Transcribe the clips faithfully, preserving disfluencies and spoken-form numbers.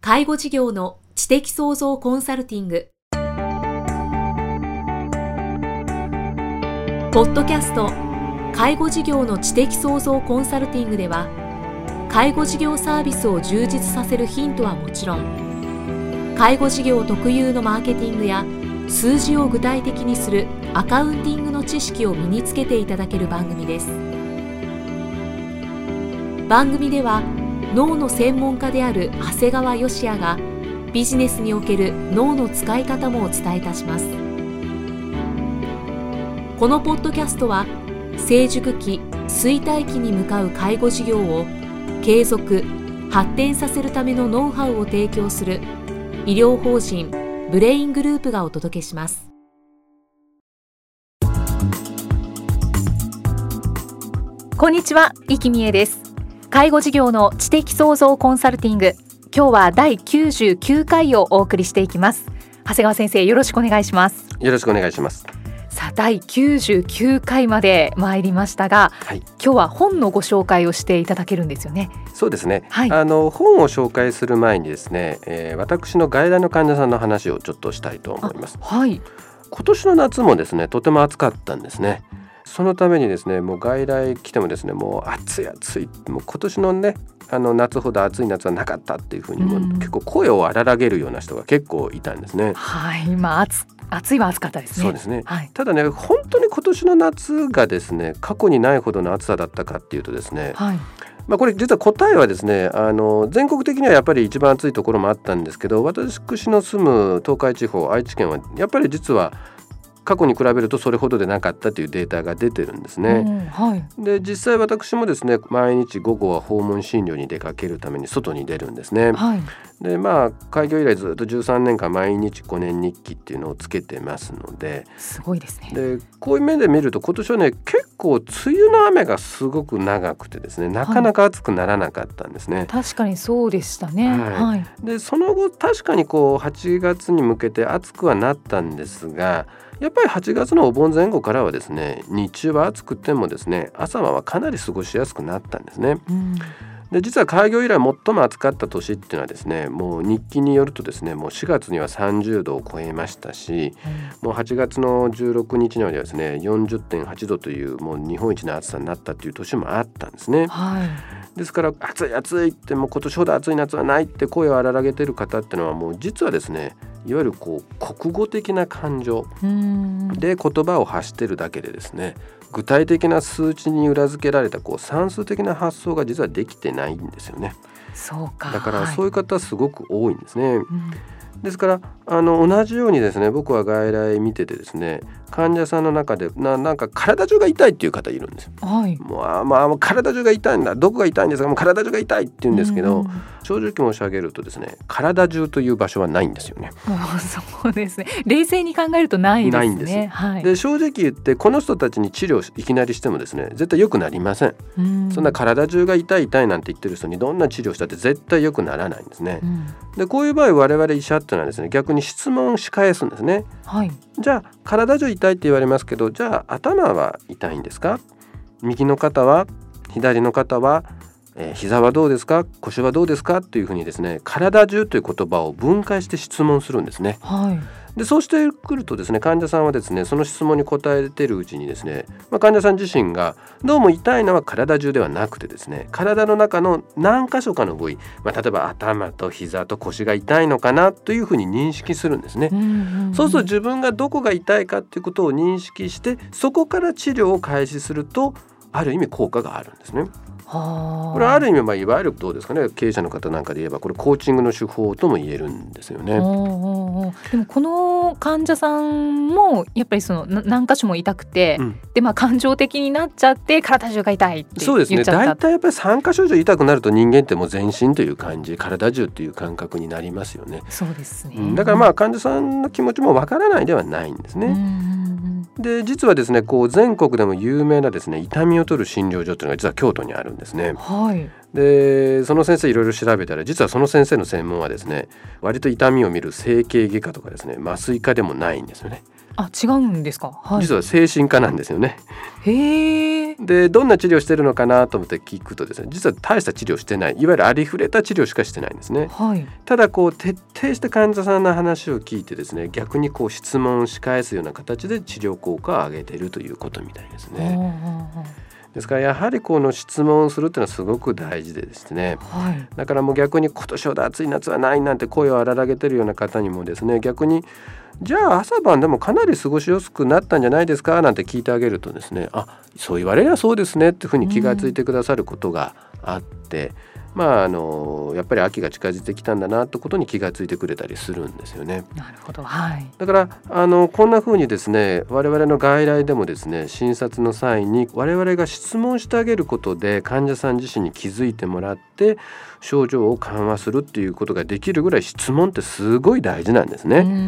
介護事業の知的創造コンサルティング。ポッドキャスト介護事業の知的創造コンサルティングでは、介護事業サービスを充実させるヒントはもちろん、介護事業特有のマーケティングや数字を具体的にするアカウンティングの知識を身につけていただける番組です。番組では脳の専門家である長谷川芳也がビジネスにおける脳の使い方もお伝えいたします。このポッドキャストは成熟期・衰退期に向かう介護事業を継続・発展させるためのノウハウを提供する医療法人ブレイングループがお届けします。こんにちは、生きみえです。介護事業の知的創造コンサルティング、今日はだいきゅうじゅうきゅうかいをお送りしていきます。長谷川先生、よろしくお願いします。 よろしくお願いします。 さあ、だいきゅうじゅうきゅうかいまで参りましたが、はい、今日は本のご紹介をしていただけるんですよね。 そうですね、はい、あの本を紹介する前にですね、えー、私の外来の患者さんの話をちょっとしたいと思います。はい、今年の夏もですね、とても暑かったんですね。そのためにですね、もう外来来てもですね、もう暑い暑い、もう今年のね、あの夏ほど暑い夏はなかったっていうふうに、もう結構声を荒らげるような人が結構いたんですね。 はい、まあ、暑暑いは暑かったですね。 そうですね、 はい、 ただね、本当に今年の夏がですね、過去にないほどの暑さだったかっていうとですね、はい、まあ、これ実は答えはですね、あの全国的にはやっぱり一番暑いところもあったんですけど、私の住む東海地方、愛知県はやっぱり実は過去に比べるとそれほどでなかったというデータが出てるんですね。うん、はい、で実際私もですね、毎日午後は訪問診療に出かけるために外に出るんですね。はい、でまあ開業以来ずっとじゅうさんねんかん毎日ごねん日記っていうのをつけてますので、 すごいですね。 でこういう面で見ると今年はね、結構梅雨の雨がすごく長くてですね、なかなか暑くならなかったんですね。はい、 確かにそうでしたね。はいはい、 でその後確かにこうはちがつに向けて暑くはなったんですが、やっぱりはちがつのお盆前後からはですね、日中は暑くてもですね、朝晩はかなり過ごしやすくなったんですね。うん、で実は開業以来最も暑かった年っていうのはですね、もう日記によるとですね、もうしがつにはさんじゅうどを超えましたし、うん、もうはちがつのじゅうろくにちにはですね よんじゅってんはちどというもう日本一の暑さになったっていう年もあったんですね。はい、ですから暑い暑いってもう今年ほど暑い夏はないって声を荒らげてる方っていうのは、もう実はですね、いわゆるこう国語的な感情で言葉を発してるだけでですね、具体的な数値に裏付けられたこう算数的な発想が実はできてないんですよね。 そうか。 だからそういう方すごく多いんですね。はい、うん、ですからあの同じようにですね、僕は外来見ててですね、患者さんの中で な, なんか体中が痛いっていう方いるんですよ。はい、もうあ、まあ、もう体中が痛いんだ、どこが痛いんですか、もう体中が痛いって言うんですけど、うんうん、正直申し上げるとですね、体中という場所はないんですよね。 あ、そうですね、冷静に考えるとないですね。ないんです、はい、 で正直言ってこの人たちに治療いきなりしてもですね、絶対良くなりません。うん、そんな体中が痛い痛いなんて言ってる人にどんな治療したって絶対良くならないんですね。うん、でこういう場合我々医者っていうのはですね、逆に質問し返すんですね。はい、じゃあ体中痛いって言われますけど、じゃあ頭は痛いんですか、右の方は、左の方は、えー、膝はどうですか、腰はどうですかというふうにですね、体中という言葉を分解して質問するんですね。はい、でそうしてくるとですね、患者さんはですね、その質問に答えているうちにですね、まあ、患者さん自身がどうも痛いのは体中ではなくてですね、体の中の何箇所かの部位、まあ、例えば頭と膝と腰が痛いのかなというふうに認識するんですね。うんうんうん、そうすると自分がどこが痛いかということを認識して、そこから治療を開始するとある意味効果があるんですね。これはある意味、まあ、いわゆるどうですかね、経営者の方なんかで言えばこれコーチングの手法とも言えるんですよね。 おーおー、でもこの患者さんもやっぱりその何箇所も痛くて、うん、でまあ、感情的になっちゃって体中が痛いって言っちゃった。 そうですね、だいたいやっぱりさん箇所以上痛くなると人間ってもう全身という感じ、体中という感覚になりますよね。 そうですね、 うん、だからまあ患者さんの気持ちもわからないではないんですね。うん、で実はですね、こう全国でも有名なですね、痛みを取る診療所というのが実は京都にあるんですね。はい、 でその先生いろいろ調べたら、実はその先生の専門はですね、割と痛みを見る整形外科とかですね、麻酔科でもないんですよね。 あ、違うんですか。はい、 実は精神科なんですよね。 へー。 でどんな治療してるのかなと思って聞くとですね、実は大した治療してない、いわゆるありふれた治療しかしてないんですね。 はい、 ただこう徹底して患者さんの話を聞いてですね、逆にこう質問をし返すような形で治療効果を上げているということみたいですね。ですからやはりこの質問をするっていうのはすごく大事でですね、 はい、 だからもう逆に今年ほど暑い夏はないなんて声を荒らげてるような方にもですね、逆にじゃあ朝晩でもかなり過ごしやすくなったんじゃないですかなんて聞いてあげるとですね、あ、そう言われりゃそうですねっていうふうに気がついてくださることがあって、うん、まああのやっぱり秋が近づいてきたんだなってことに気がついてくれたりするんですよね。 なるほど、はい、 だからあのこんなふうにですね、我々の外来でもですね、診察の際に我々が質問してあげることで患者さん自身に気づいてもらって症状を緩和するっていうことができるぐらい質問ってすごい大事なんですね。うんうん、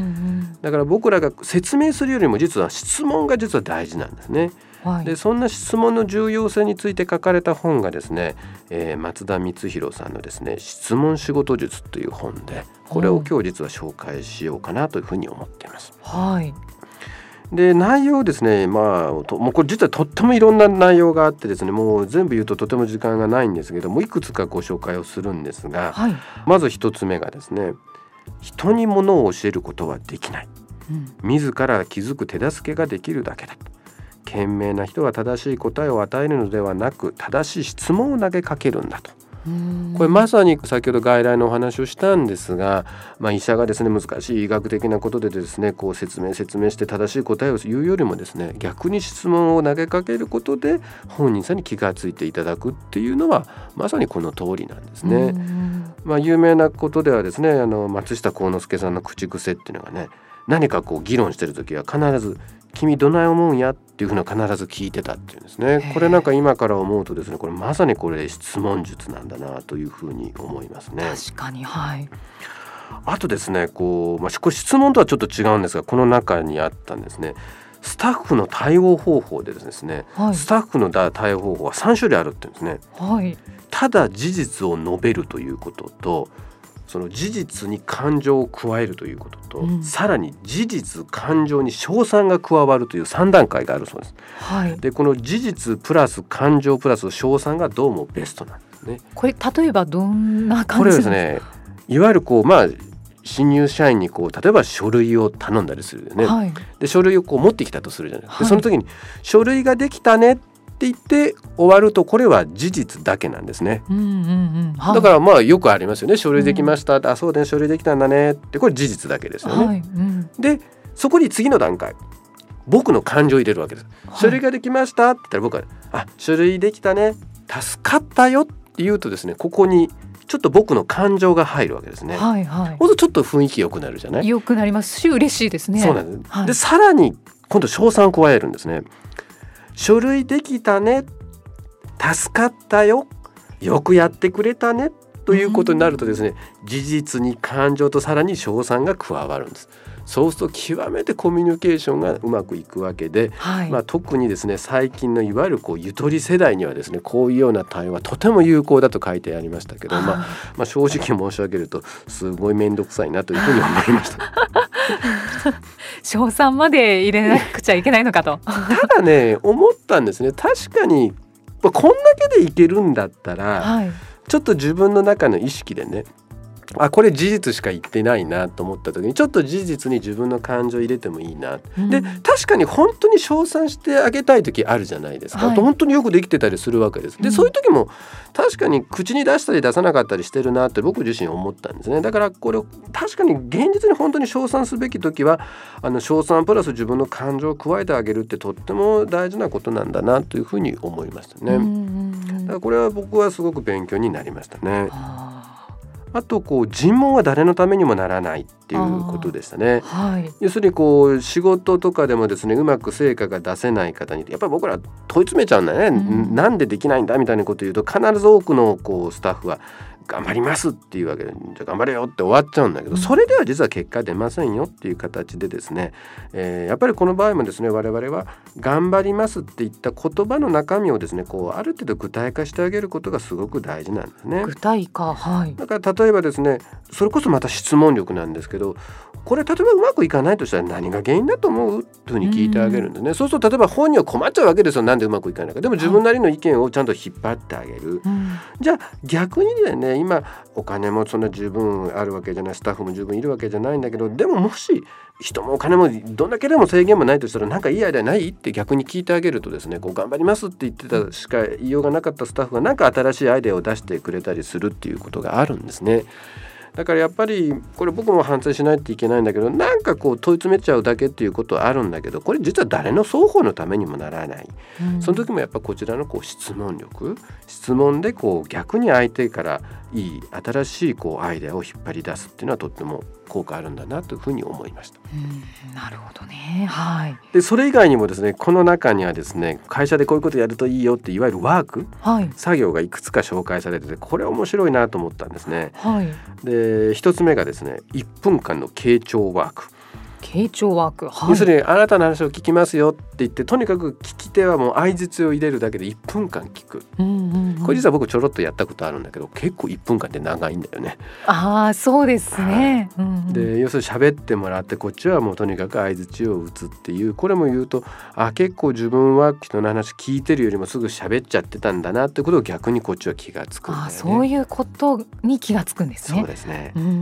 だから僕らが説明するよりも実は質問が実は大事なんですね。はい、でそんな質問の重要性について書かれた本がですね、えー、松田光弘さんのですね、質問仕事術という本で、これを今日実は紹介しようかなというふうに思っています。 はい、 で内容ですね、まあともうこれ実はとってもいろんな内容があってですね、もう全部言うととても時間がないんですけども、いくつかご紹介をするんですが、はい、まず一つ目がですね、人にものを教えることはできない、うん、自ら気づく手助けができるだけだ。賢明な人は正しい答えを与えるのではなく、正しい質問を投げかけるんだと。これまさに先ほど外来のお話をしたんですが、まあ、医者がですね、難しい医学的なことでですね、こう説明説明して正しい答えを言うよりもですね、逆に質問を投げかけることで本人さんに気がついていただくっていうのはまさにこの通りなんですね。まあ、有名なことではですね、あの松下幸之助さんの口癖っていうのがね、何かこう議論してるときは必ず君どない思うんやっていうふうな必ず聞いてたっていうんですね。これなんか今から思うとですね、これまさにこれ質問術なんだなというふうに思いますね。 確かに、はい。 あとですね、こう、まあ、これ質問とはちょっと違うんですが、この中にあったんですね、スタッフの対応方法でですね、はい、スタッフの対応方法はさん種類あるって言うんですね。はい、ただ事実を述べるということと、その事実に感情を加えるということと、うん、さらに事実感情に称賛が加わるというさん段階があるそうです。はい、でこの事実プラス感情プラス称賛がどうもベストなんですね。 これ例えばどんな感じですか？ これですね、いわゆるこう、まあ、新入社員にこう例えば書類を頼んだりするよね。はい、で書類をこう持ってきたとするじゃないですか。でその時に書類ができたねって言って終わると、これは事実だけなんですね。うんうんうんはい、だからまあよくありますよね。書類できました、うん、あそうだね、書類できたんだねって、これ事実だけですよね。はいうん、でそこに次の段階、僕の感情を入れるわけです。はい、書類ができましたって言ったら僕はあ書類できたね、助かったよって言うとですね、ここにちょっと僕の感情が入るわけですね。はいはい、ほんとちょっと雰囲気良くなるじゃない。 良くなりますし嬉しいですね。 そうなんです。はい、でさらに今度称賛を加えるんですね。書類できたね、助かったよ、よくやってくれたねということになるとですね、事実に感情とさらに称賛が加わるんです。そうすると極めてコミュニケーションがうまくいくわけで、はいまあ、特にですね最近のいわゆるこうゆとり世代にはですね、こういうような対応はとても有効だと書いてありましたけど、まあまあ、正直申し上げるとすごい面倒くさいなというふうに思いました称賛まで入れなくちゃいけないのかとただね思ったんですね。確かにこんだけでいけるんだったら、はい、ちょっと自分の中の意識でね、あこれ事実しか言ってないなと思った時にちょっと事実に自分の感情を入れてもいいな、うん、で確かに本当に称賛してあげたい時あるじゃないですか、はい、本当によくできてたりするわけです。で、うん、そういう時も確かに口に出したり出さなかったりしてるなって僕自身思ったんですね。だからこれ確かに現実に本当に称賛すべき時はあの称賛プラス自分の感情を加えてあげるってとっても大事なことなんだなというふうに思いましたね。うん、だからこれは僕はすごく勉強になりましたね。あとこう尋問は誰のためにもならないっっていうことでしたね、 はい、 要するにこう仕事とかでもですねうまく成果が出せない方にやっぱり僕ら問い詰めちゃうんだね、うん、なんでできないんだみたいなことを言うと必ず多くのこうスタッフは頑張りますっていうわけでじゃあ頑張れよって終わっちゃうんだけど、それでは実は結果出ませんよっていう形でですね、えー、やっぱりこの場合もですね我々は頑張りますっていった言葉の中身をですねこうある程度具体化してあげることがすごく大事なんですね。 具体化、はい、 だから例えばですねそれこそまた質問力なんですけど、これ例えばうまくいかないとしたら何が原因だと思うというふうに聞いてあげるんですね。そうすると例えば本人は困っちゃうわけですよ。なんでうまくいかないか。でも自分なりの意見をちゃんと引っ張ってあげる、はい、じゃあ逆にね今お金もそんな十分あるわけじゃない、スタッフも十分いるわけじゃないんだけど、でももし人もお金もどんだけでも制限もないとしたらなんかいいアイデアないって逆に聞いてあげるとですねこう頑張りますって言ってたしか言いようがなかったスタッフがなんか新しいアイデアを出してくれたりするっていうことがあるんですね。だからやっぱりこれ僕も反省しないといけないんだけど、なんかこう問い詰めちゃうだけっていうことはあるんだけど、これ実は誰の双方のためにもならない、うん、その時もやっぱこちらのこう質問力、質問でこう逆に相手からいい新しいこうアイデアを引っ張り出すっていうのはとっても効果あるんだなというふうに思いました。 うん、なるほどね、はい、 でそれ以外にもですねこの中にはですね会社でこういうことやるといいよっていわゆるワーク、はい、作業がいくつか紹介されててこれ面白いなと思ったんですね、はい、で一つ目がですねいっぷんかんの傾聴ワーク。 傾聴ワーク、はい、 要するにあなたの話を聞きますよって言ってとにかく聞き手はもう相槌を入れるだけでいっぷんかん聞く、うんうんうん、これ実は僕ちょろっとやったことあるんだけど結構いっぷんかんって長いんだよね。 ああそうですね、 はい、うんうん、で要するに喋ってもらってこっちはもうとにかく相槌を打つっていう、これも言うとあ結構自分は人の話聞いてるよりもすぐ喋っちゃってたんだなってことを逆にこっちは気がつくんだよね。 あそういうことに気がつくんですね。 そうですね、うんうん、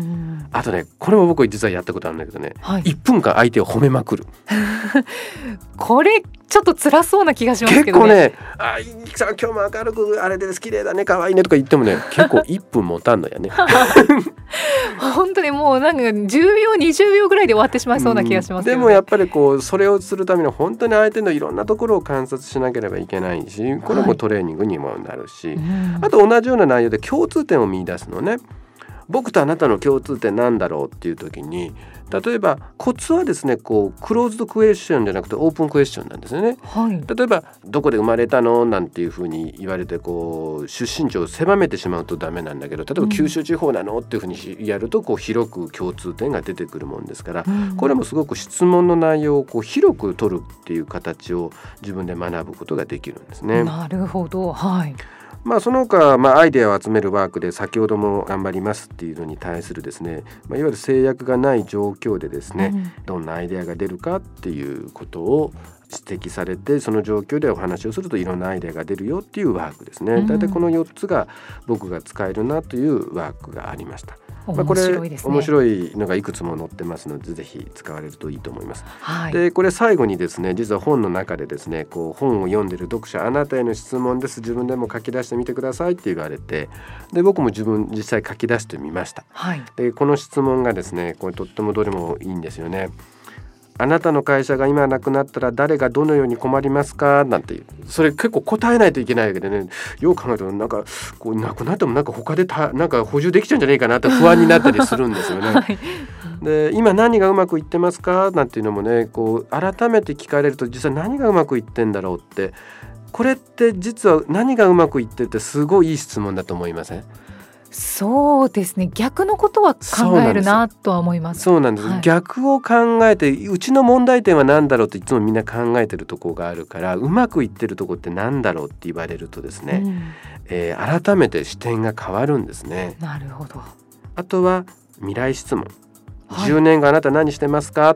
あとねこれも僕実はやったことあるんだけどね、はい、いっぷんかん相手を褒めまくるこれちょっと辛そうな気がしますけどね。 結構ねあいきさん今日も明るくあれです綺麗だね可愛いねとか言ってもね結構いっぷん持たんのよね本当にもうなんかじゅうびょうにじゅうびょうぐらいで終わってしまいそうな気がしますけど、ね、 でもやっぱりこうそれをするために本当に相手のいろんなところを観察しなければいけないし、これもトレーニングにもなるし、はい、あと同じような内容で共通点を見出すのね。僕とあなたの共通点なんだろうっていう時に例えばコツはですねこうクローズドクエスチョンじゃなくてオープンクエスチョンなんですよね、はい、例えばどこで生まれたのなんていうふうに言われてこう出身地を狭めてしまうとダメなんだけど、例えば九州地方なのっていうふうにやるとこう広く共通点が出てくるもんですから、うん、これもすごく質問の内容をこう広く取るっていう形を自分で学ぶことができるんですね。 なるほど、はい。 まあ、その他、まあ、アイデアを集めるワークで先ほども頑張りますっていうのに対するですね、まあ、いわゆる制約がない状況でですね、うん、どんなアイデアが出るかっていうことを指摘されてその状況でお話をするといろんなアイデアが出るよっていうワークですね、うん、だいたいこのよっつが僕が使えるなというワークがありました。まあ、これ面白いですね。面白いのがいくつも載ってますのでぜひ使われるといいと思います、はい、でこれ最後にですね実は本の中でですねこう本を読んでる読者あなたへの質問です自分でも書き出してみてくださいって言われてで僕も自分実際書き出してみました、はい、でこの質問がですねこれとってもどれもいいんですよね。あなたの会社が今なくなったら誰がどのように困りますかなんていうそれ結構答えないといけないわけでね、よう考えるとなんかこうなくなってもなんか他でたなんか補充できちゃうんじゃないかなって不安になったりするんですよね、はい、で今何がうまくいってますかなんていうのもねこう改めて聞かれると実際何がうまくいってんだろうってこれって実は何がうまくいってってすごいいい質問だと思いません？ そうですね逆のことは考えるなとは思います。 そうなんです、はい、逆を考えてうちの問題点は何だろうっていつもみんな考えてるところがあるからうまくいってるところって何だろうって言われるとですね、うんえー、改めて視点が変わるんですね。 なるほど。 あとは未来質問、はい、じゅうねんごあなた何してますかって、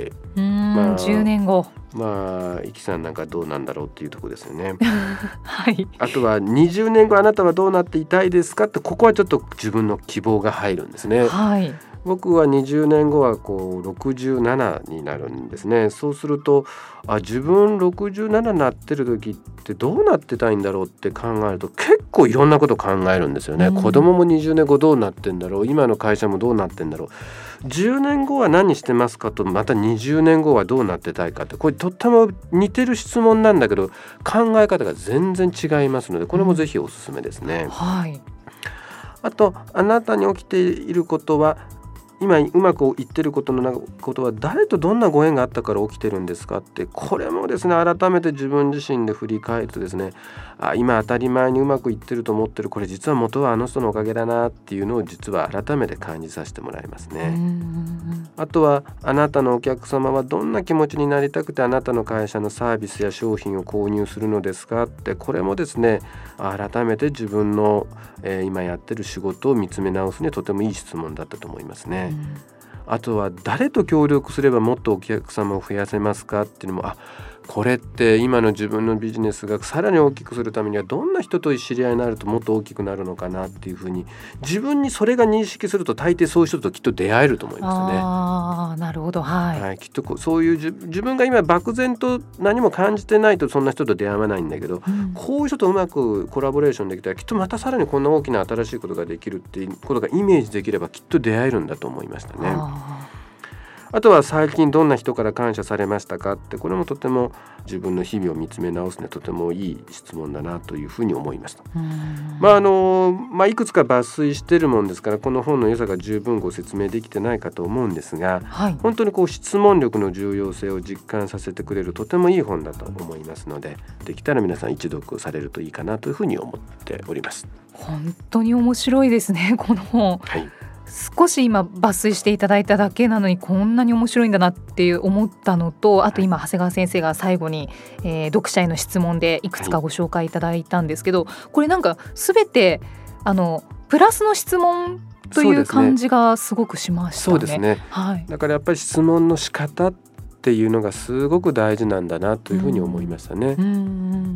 うーん、まあ、じゅうねんごまあイキさんなんかどうなんだろうっていうところですよねはい。 あとはにじゅうねんごあなたはどうなっていたいですかってここはちょっと自分の希望が入るんですね、はい、僕はにじゅうねんごはこうろくじゅうななになるんですね。そうするとあ自分ろくじゅうななになってる時ってどうなってたいんだろうって考えると結構いろんなこと考えるんですよね、うん、子供もにじゅうねんごどうなってんだろう今の会社もどうなってんだろうじゅうねんごは何してますかとまたにじゅうねんごはどうなってたいかってこれとっても似てる質問なんだけど考え方が全然違いますのでこれもぜひおすすめですね、うんはい、あとあなたに起きていることは今うまくいってることのことは誰とどんなご縁があったから起きてるんですかって、これもですね改めて自分自身で振り返るとですね、あ今当たり前にうまくいってると思ってる、これ実は元はあの人のおかげだなっていうのを実は改めて感じさせてもらいますね。あとはあなたのお客様はどんな気持ちになりたくてあなたの会社のサービスや商品を購入するのですかって、これもですね改めて自分の、えー、今やってる仕事を見つめ直すにはとてもいい質問だったと思いますね。あとは誰と協力すればもっとお客様を増やせますかっていうのも、あこれって今の自分のビジネスがさらに大きくするためにはどんな人と知り合いになるともっと大きくなるのかなっていうふうに自分にそれが認識すると大抵そういう人ときっと出会えると思いますね。 あーなるほど、はいはい、きっとこうそういう自分が今漠然と何も感じてないとそんな人と出会わないんだけど、うん、こういう人とうまくコラボレーションできたらきっとまたさらにこんな大きな新しいことができるっていうことがイメージできればきっと出会えるんだと思いましたね。ああとは最近どんな人から感謝されましたかって、これもとても自分の日々を見つめ直すねとてもいい質問だなというふうに思いました。まああのまあ、いくつか抜粋してるもんですからこの本の良さが十分ご説明できてないかと思うんですが、はい、本当にこう質問力の重要性を実感させてくれるとてもいい本だと思いますので、できたら皆さん一読されるといいかなというふうに思っております。 本当に面白いですねこの本、はい、少し今抜粋していただいただけなのにこんなに面白いんだなっていう思ったのと、あと今長谷川先生が最後に、えー、読者への質問でいくつかご紹介いただいたんですけど、これなんか全てあのプラスの質問という感じがすごくしましたね。 そうですね、はい、だからやっぱり質問の仕方っていうのがすごく大事なんだなというふうに思いましたね。うんうん、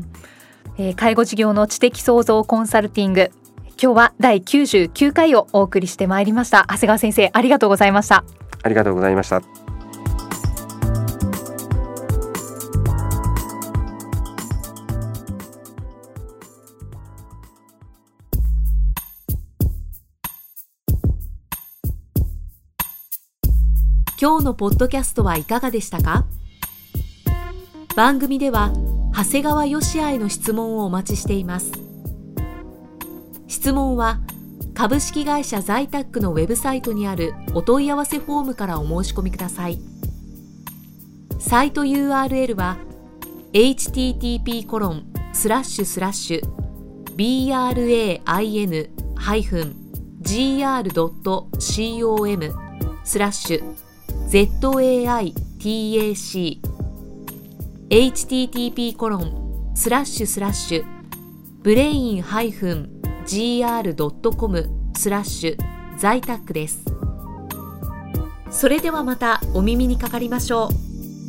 えー、介護事業の知的創造コンサルティング、今日はだいきゅうじゅうきゅうかいをお送りしてまいりました。長谷川先生ありがとうございました。 ありがとうございました。 今日のポッドキャストはいかがでしたか？番組では長谷川芳也への質問をお待ちしています。質問は株式会社在宅のウェブサイトにあるお問い合わせフォームからお申し込みください。サイト ユーアールエル は エイチティーティーピーコロンスラッシュスラッシュビーアールエーアイエヌハイフンジーアールドットコムスラッシュゼットエーアイティーエーシー エイチティーティーピーコロンスラッシュスラッシュブレインハイフンジーアールドットコムスラッシュ在宅です。それではまたお耳にかかりましょう。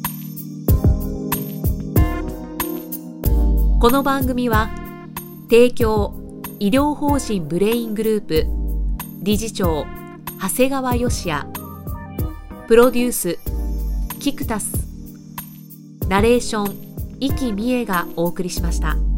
この番組は提供医療法人ブレイングループ理事長長谷川芳也、プロデュースキクタス、ナレーション生きみえがお送りしました。